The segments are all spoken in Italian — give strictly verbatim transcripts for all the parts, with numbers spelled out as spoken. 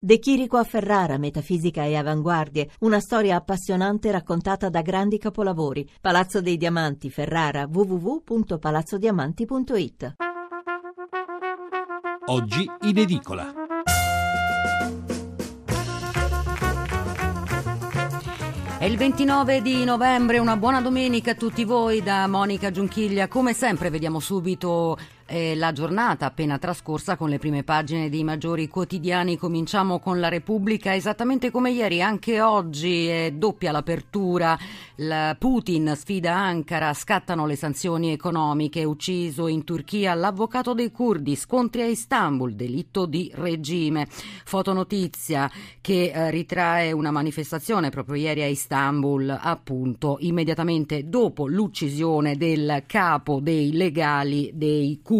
De Chirico a Ferrara, metafisica e avanguardie, una storia appassionante raccontata da grandi capolavori. Palazzo dei Diamanti, Ferrara, w w w punto palazzo diamanti punto i t. Oggi in edicola. È il ventinove di novembre, una buona domenica a tutti voi da Monica Giunchiglia. Come sempre vediamo subito eh, la giornata appena trascorsa con le prime pagine dei maggiori quotidiani. Cominciamo con la Repubblica, esattamente come ieri, anche oggi è doppia l'apertura. La Putin sfida Ankara, scattano le sanzioni economiche, ucciso in Turchia l'avvocato dei curdi, scontri a Istanbul, delitto di regime. Fotonotizia che eh, ritrae una manifestazione proprio ieri a Istanbul, appunto immediatamente dopo l'uccisione del capo dei legali dei curdi.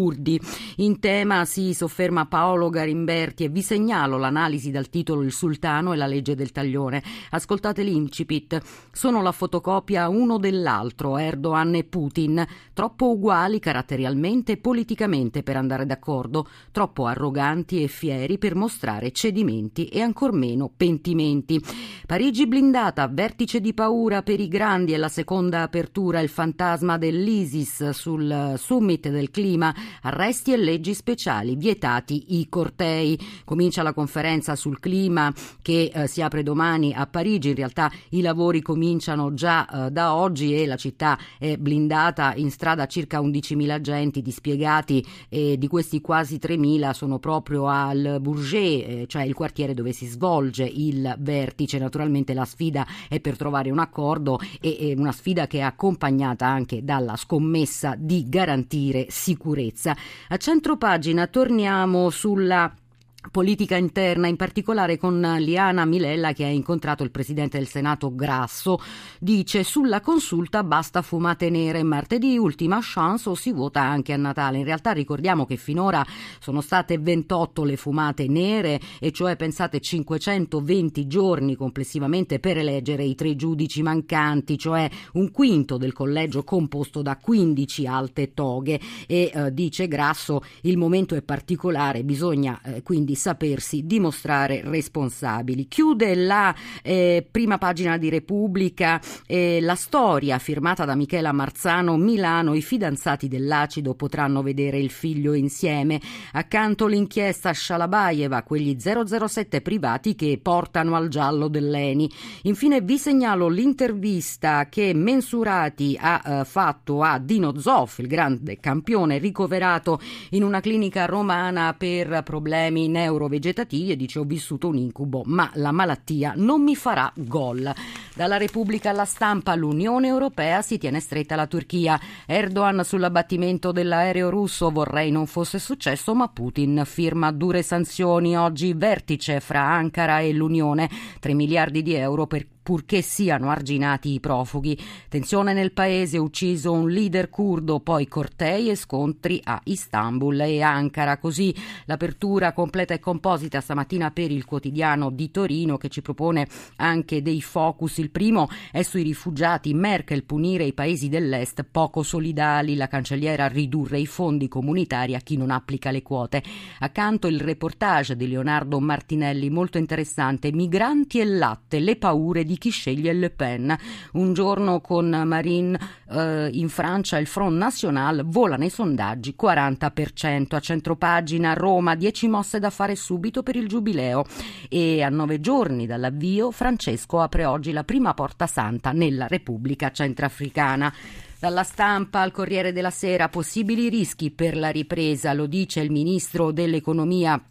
In tema si sofferma Paolo Garimberti e vi segnalo l'analisi dal titolo Il sultano e la legge del taglione. Ascoltate l'incipit. Sono la fotocopia uno dell'altro, Erdogan e Putin, troppo uguali caratterialmente e politicamente per andare d'accordo, troppo arroganti e fieri per mostrare cedimenti e ancor meno pentimenti. Parigi blindata, vertice di paura per i grandi e la seconda apertura, il fantasma dell'ISIS sul summit del clima, arresti e leggi speciali, vietati i cortei. Comincia la conferenza sul clima che eh, si apre domani a Parigi. In realtà i lavori cominciano già eh, da oggi e la città è blindata, in strada circa undicimila agenti dispiegati e di questi quasi tremila sono proprio al Bourget, eh, cioè il quartiere dove si svolge il vertice. Naturalmente la sfida è per trovare un accordo e, e una sfida che è accompagnata anche dalla scommessa di garantire sicurezza. A centropagina torniamo sulla politica interna, in particolare con Liana Milella che ha incontrato il presidente del Senato Grasso. Dice: sulla consulta basta fumate nere, martedì ultima chance o si vota anche a Natale. In realtà ricordiamo che finora sono state ventotto le fumate nere, e cioè pensate cinquecentoventi giorni complessivamente per eleggere i tre giudici mancanti, cioè un quinto del collegio composto da quindici alte toghe. E eh, dice Grasso, il momento è particolare, bisogna eh, quindi di sapersi dimostrare responsabili. Chiude la eh, prima pagina di Repubblica eh, la storia firmata da Michela Marzano. Milano, i fidanzati dell'acido potranno vedere il figlio insieme. Accanto l'inchiesta Shalabayeva, quegli zero zero sette privati che portano al giallo dell'Eni. Infine vi segnalo l'intervista che Mensurati ha eh, fatto a Dino Zoff, il grande campione ricoverato in una clinica romana per problemi neurovegetativi, e dice: ho vissuto un incubo ma la malattia non mi farà gol. Dalla Repubblica alla Stampa, l'Unione Europea si tiene stretta alla Turchia. Erdogan sull'abbattimento dell'aereo russo, vorrei non fosse successo ma Putin firma dure sanzioni. Oggi vertice fra Ankara e l'Unione, tre miliardi di euro per purché siano arginati i profughi. Tensione nel paese, ucciso un leader curdo, poi cortei e scontri a Istanbul e Ankara. Così l'apertura completa e composita stamattina per il Quotidiano di Torino, che ci propone anche dei focus. Il primo è sui rifugiati. Merkel punire i paesi dell'est poco solidali, la cancelliera ridurre i fondi comunitari a chi non applica le quote. Accanto il reportage di Leonardo Martinelli, molto interessante, migranti e latte, le paure di di chi sceglie Le Pen. Un giorno con Marine eh, in Francia, il Front National vola nei sondaggi quaranta per cento. A centropagina Roma, dieci mosse da fare subito per il giubileo, e a nove giorni dall'avvio Francesco apre oggi la prima porta santa nella Repubblica Centrafricana. Dalla Stampa al Corriere della Sera, possibili rischi per la ripresa, lo dice il ministro dell'economia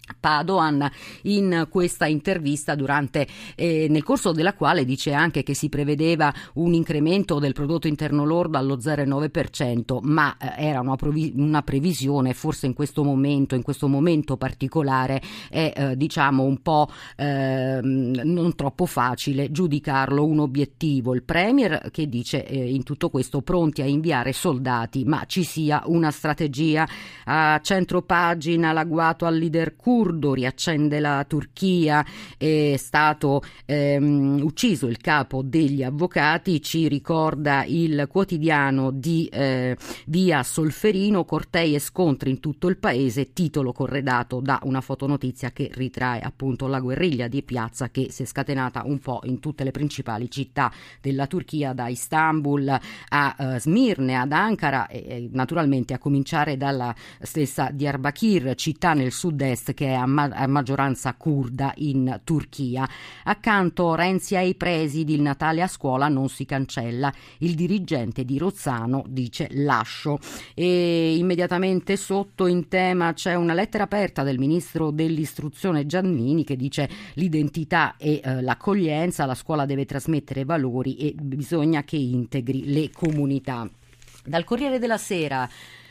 Padoan in questa intervista, durante eh, nel corso della quale dice anche che si prevedeva un incremento del prodotto interno lordo allo zero virgola nove per cento, ma eh, era una, provi- una previsione. Forse in questo momento, in questo momento particolare è eh, diciamo un po' eh, non troppo facile giudicarlo un obiettivo. Il Premier che dice eh, in tutto questo pronti a inviare soldati, ma ci sia una strategia. A centropagina l'agguato al leader curdo, curdo riaccende la Turchia, è stato ehm, ucciso il capo degli avvocati, ci ricorda il quotidiano di eh, via Solferino, cortei e scontri in tutto il paese, titolo corredato da una fotonotizia che ritrae appunto la guerriglia di piazza che si è scatenata un po' in tutte le principali città della Turchia, da Istanbul a uh, Smirne, ad Ankara e, e naturalmente a cominciare dalla stessa Diyarbakir, città nel sud-est che è a, ma- a maggioranza curda in Turchia. Accanto Renzi ai presidi, il Natale a scuola non si cancella, il dirigente di Rozzano dice lascio. E immediatamente sotto in tema c'è una lettera aperta del ministro dell'istruzione Giannini che dice l'identità e eh, l'accoglienza, la scuola deve trasmettere valori e bisogna che integri le comunità. Dal Corriere della Sera: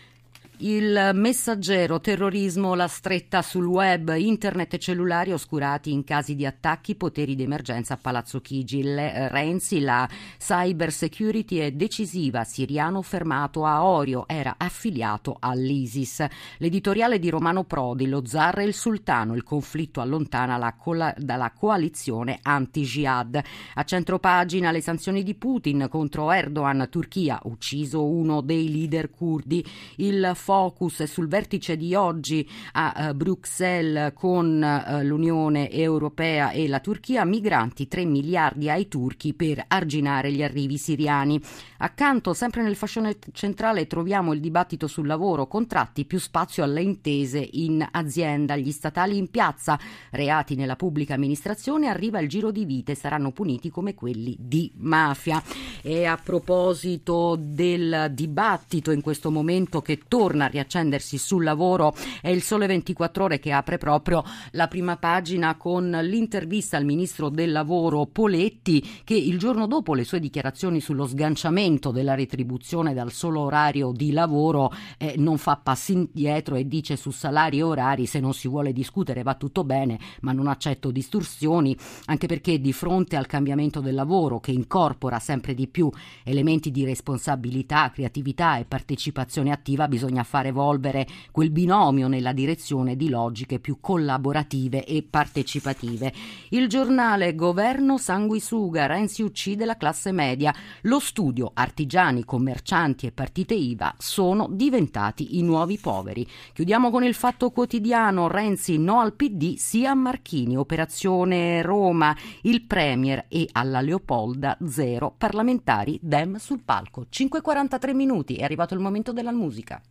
Il Messaggero, terrorismo, la stretta sul web, internet e cellulari oscurati in casi di attacchi, poteri d'emergenza a Palazzo Chigi. Le, Renzi, la cyber security è decisiva, siriano fermato a Orio, era affiliato all'ISIS. L'editoriale di Romano Prodi, lo zar e il sultano, il conflitto allontana la cola, dalla coalizione anti-jihad. A centropagina le sanzioni di Putin contro Erdogan, Turchia, ucciso uno dei leader curdi. Il focus è sul vertice di oggi a uh, Bruxelles con uh, l'Unione Europea e la Turchia, migranti, tre miliardi ai turchi per arginare gli arrivi siriani. Accanto, sempre nel fascione centrale, troviamo il dibattito sul lavoro, contratti, più spazio alle intese in azienda, gli statali in piazza, reati nella pubblica amministrazione, arriva il giro di vite, saranno puniti come quelli di mafia. E a proposito del dibattito in questo momento che torna a riaccendersi sul lavoro, è il Sole ventiquattro Ore che apre proprio la prima pagina con l'intervista al ministro del lavoro Poletti, che il giorno dopo le sue dichiarazioni sullo sganciamento della retribuzione dal solo orario di lavoro eh, non fa passi indietro e dice: su salari e orari se non si vuole discutere va tutto bene, ma non accetto distorsioni, anche perché di fronte al cambiamento del lavoro che incorpora sempre di più elementi di responsabilità, creatività e partecipazione attiva, bisogna far evolvere quel binomio nella direzione di logiche più collaborative e partecipative. Il Giornale: governo sanguisuga, Renzi uccide la classe media, lo studio, artigiani, commercianti e partite I V A sono diventati i nuovi poveri. Chiudiamo con il Fatto Quotidiano: Renzi no al P D, sì a Marchini, operazione Roma, il Premier e alla Leopolda zero, parlamentari Dem sul palco. cinque e quarantatré minuti, è arrivato il momento della musica.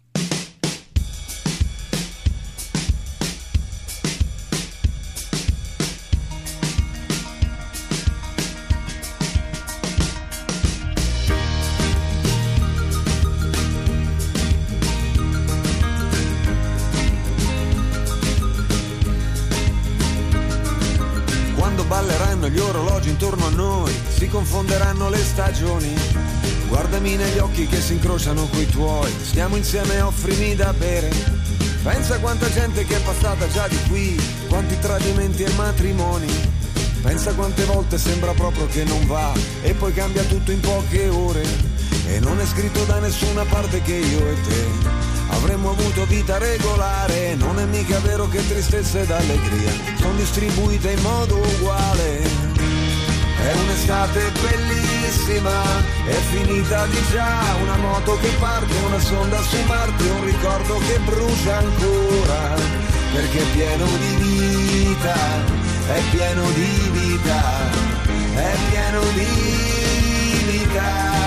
Balleranno gli orologi intorno a noi, si confonderanno le stagioni. Guardami negli occhi che si incrociano coi tuoi, stiamo insieme, offrimi da bere. Pensa quanta gente che è passata già di qui, quanti tradimenti e matrimoni. Pensa quante volte sembra proprio che non va e poi cambia tutto in poche ore. E non è scritto da nessuna parte che io e te avremmo avuto vita regolare, non è mica vero che tristezza ed allegria sono distribuite in modo uguale. È un'estate bellissima, è finita di già, una moto che parte, una sonda su Marte, un ricordo che brucia ancora, perché è pieno di vita, è pieno di vita, è pieno di vita.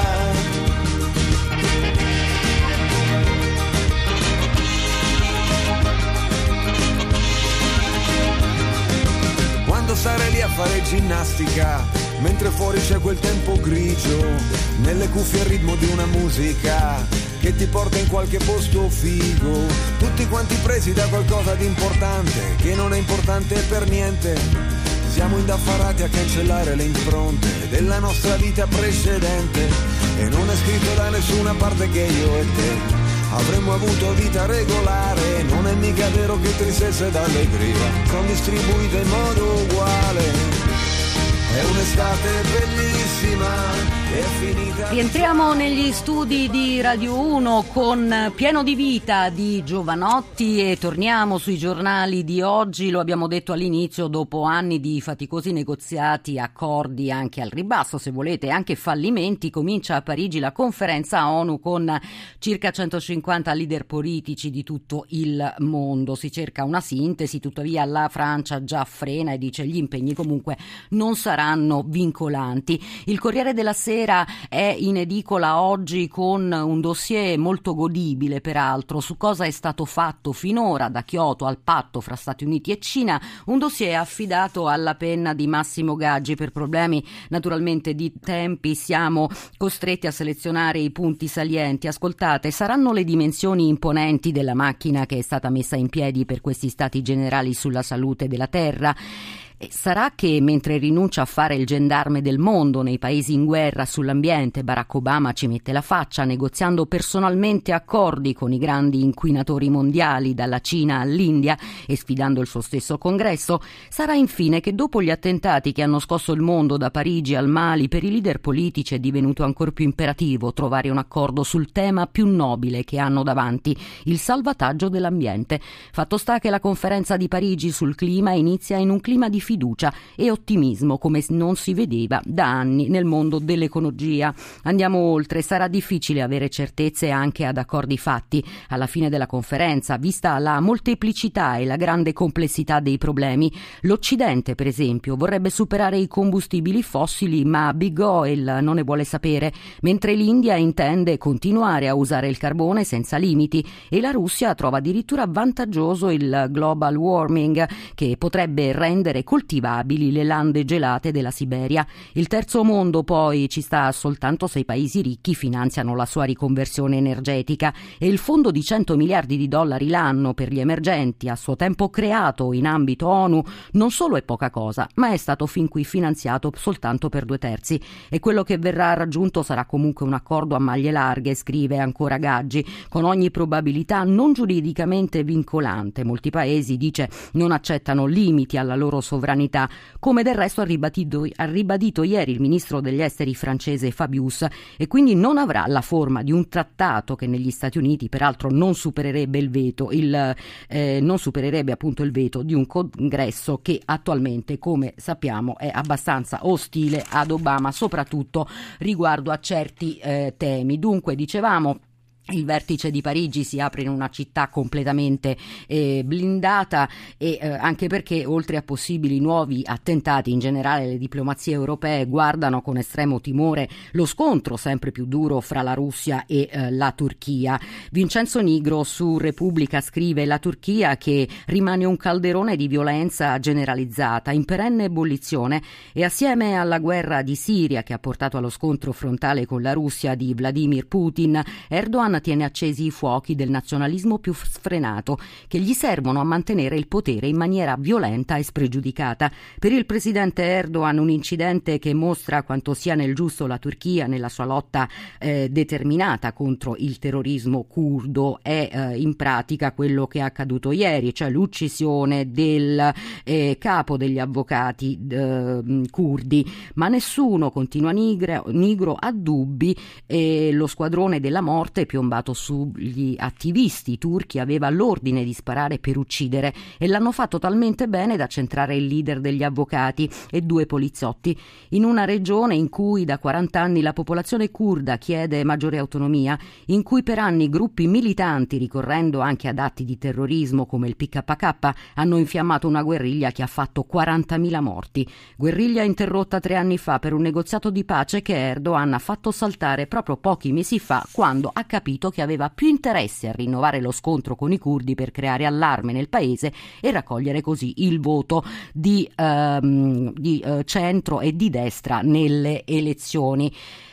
Quando stare lì a fare ginnastica, mentre fuori c'è quel tempo grigio, nelle cuffie il ritmo di una musica che ti porta in qualche posto figo, tutti quanti presi da qualcosa di importante, che non è importante per niente. Siamo indaffarati a cancellare le impronte della nostra vita precedente, e non è scritto da nessuna parte che io e te avremmo avuto vita regolare, non è mica vero che tristezza ed allegria sono distribuite in modo uguale. è un'estate bellissima. Rientriamo negli studi di Radio uno con Pieno di vita di Jovanotti e torniamo sui giornali di oggi. Lo abbiamo detto all'inizio, dopo anni di faticosi negoziati, accordi anche al ribasso, se volete, anche fallimenti, comincia a Parigi la conferenza ONU con circa centocinquanta leader politici di tutto il mondo. Si cerca una sintesi, tuttavia la Francia già frena e dice gli impegni comunque non saranno vincolanti. Il Corriere della Sera è in edicola oggi con un dossier molto godibile, peraltro, su cosa è stato fatto finora da Kyoto al patto fra Stati Uniti e Cina, un dossier affidato alla penna di Massimo Gaggi. Per problemi naturalmente di tempi siamo costretti a selezionare i punti salienti. Ascoltate, saranno le dimensioni imponenti della macchina che è stata messa in piedi per questi stati generali sulla salute della terra? Sarà che mentre rinuncia a fare il gendarme del mondo nei paesi in guerra sull'ambiente, Barack Obama ci mette la faccia negoziando personalmente accordi con i grandi inquinatori mondiali dalla Cina all'India e sfidando il suo stesso congresso? Sarà infine che dopo gli attentati che hanno scosso il mondo da Parigi al Mali, per i leader politici è divenuto ancor più imperativo trovare un accordo sul tema più nobile che hanno davanti, il salvataggio dell'ambiente. Fatto sta che la conferenza di Parigi sul clima inizia in un clima di fiducia e ottimismo come non si vedeva da anni nel mondo dell'ecologia. Andiamo oltre, sarà difficile avere certezze anche ad accordi fatti alla fine della conferenza, vista la molteplicità e la grande complessità dei problemi. L'Occidente, per esempio, vorrebbe superare i combustibili fossili, ma Big Oil non ne vuole sapere, mentre l'India intende continuare a usare il carbone senza limiti e la Russia trova addirittura vantaggioso il global warming, che potrebbe rendere coltivabili le lande gelate della Siberia. Il terzo mondo poi ci sta soltanto se i paesi ricchi finanziano la sua riconversione energetica, e il fondo di cento miliardi di dollari l'anno per gli emergenti, a suo tempo creato in ambito ONU, non solo è poca cosa, ma è stato fin qui finanziato soltanto per due terzi, e quello che verrà raggiunto sarà comunque un accordo a maglie larghe, scrive ancora Gaggi, con ogni probabilità non giuridicamente vincolante. Molti paesi, dice, non accettano limiti alla loro sovranità, come del resto ha ribadito, ha ribadito ieri il ministro degli esteri francese Fabius, e quindi non avrà la forma di un trattato che negli Stati Uniti peraltro non supererebbe il veto, il, eh, non supererebbe appunto il veto di un congresso che attualmente, come sappiamo, è abbastanza ostile ad Obama, soprattutto riguardo a certi eh, temi. Dunque, dicevamo, il vertice di Parigi si apre in una città completamente eh, blindata e eh, anche perché, oltre a possibili nuovi attentati, in generale le diplomazie europee guardano con estremo timore lo scontro sempre più duro fra la Russia e eh, la Turchia. Vincenzo Nigro su Repubblica scrive: la Turchia, che rimane un calderone di violenza generalizzata in perenne ebollizione, e assieme alla guerra di Siria che ha portato allo scontro frontale con la Russia di Vladimir Putin, Erdogan tiene accesi i fuochi del nazionalismo più sfrenato, che gli servono a mantenere il potere in maniera violenta e spregiudicata. Per il presidente Erdogan un incidente che mostra quanto sia nel giusto la Turchia nella sua lotta eh, determinata contro il terrorismo curdo è eh, in pratica quello che è accaduto ieri, cioè l'uccisione del eh, capo degli avvocati eh, curdi, ma nessuno, continua Nigro, Nigro ha dubbi, e lo squadrone della morte più sugli attivisti turchi aveva l'ordine di sparare per uccidere, e l'hanno fatto talmente bene da centrare il leader degli avvocati e due poliziotti in una regione in cui da quaranta anni la popolazione curda chiede maggiore autonomia, in cui per anni gruppi militanti, ricorrendo anche ad atti di terrorismo come il P K K, hanno infiammato una guerriglia che ha fatto quarantamila morti, guerriglia interrotta tre anni fa per un negoziato di pace che Erdogan ha fatto saltare proprio pochi mesi fa, quando ha capito che aveva più interesse a rinnovare lo scontro con i curdi per creare allarme nel paese e raccogliere così il voto di, ehm, di eh, centro e di destra nelle elezioni.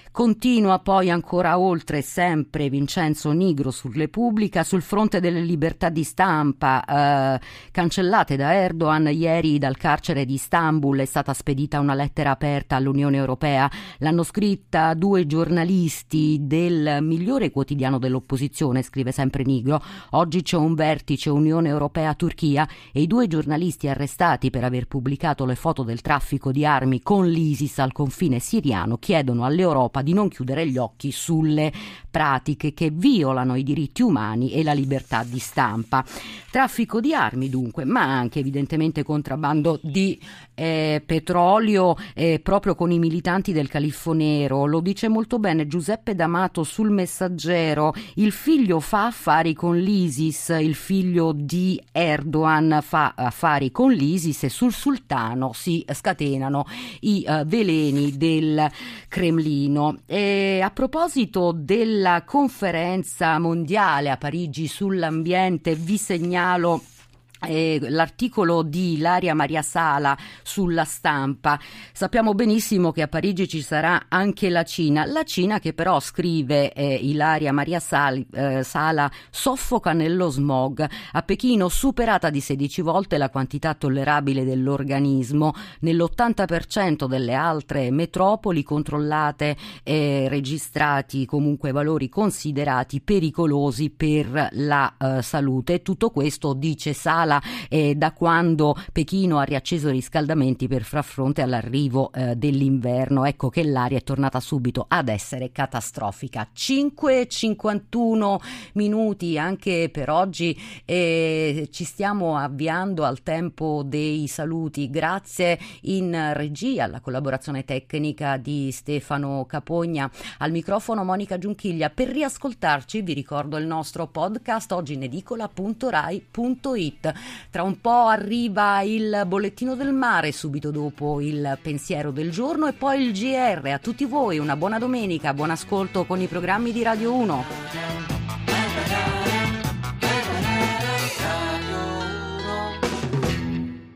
Continua poi ancora oltre sempre Vincenzo Nigro su Repubblica sul fronte delle libertà di stampa eh, cancellate da Erdogan. Ieri dal carcere di Istanbul è stata spedita una lettera aperta all'Unione Europea. L'hanno scritta due giornalisti del migliore quotidiano dell'opposizione, scrive sempre Nigro. Oggi c'è un vertice Unione Europea-Turchia e i due giornalisti arrestati per aver pubblicato le foto del traffico di armi con l'ISIS al confine siriano chiedono all'Europa di non chiudere gli occhi sulle pratiche che violano i diritti umani e la libertà di stampa. Traffico di armi dunque, ma anche evidentemente contrabbando di eh, petrolio eh, proprio con i militanti del Califfo Nero. Lo dice molto bene Giuseppe D'Amato sul Messaggero. Il figlio fa affari con l'ISIS, il figlio di Erdogan fa affari con l'ISIS e sul sultano si scatenano i uh, veleni del Cremlino. E a proposito della conferenza mondiale a Parigi sull'ambiente, vi segnalo Eh, l'articolo di Ilaria Maria Sala sulla Stampa. Sappiamo benissimo che a Parigi ci sarà anche la Cina, la Cina che però, scrive eh, Ilaria Maria Sal, eh, Sala, soffoca nello smog. A Pechino superata di sedici volte la quantità tollerabile dell'organismo. Nell'ottanta per cento delle altre metropoli controllate e eh, registrati comunque valori considerati pericolosi per la eh, salute. Tutto questo, dice Sala, Eh, da quando Pechino ha riacceso i riscaldamenti per far fronte all'arrivo eh, dell'inverno. Ecco che l'aria è tornata subito ad essere catastrofica. cinque e cinquantuno minuti anche per oggi e ci stiamo avviando al tempo dei saluti. Grazie in regia alla collaborazione tecnica di Stefano Capogna, al microfono Monica Giunchiglia. Per riascoltarci vi ricordo il nostro podcast oggi in edicola punto rai punto it. Tra un po' arriva il bollettino del mare, subito dopo il pensiero del giorno e poi il G R. A tutti voi una buona domenica, buon ascolto con i programmi di Radio uno.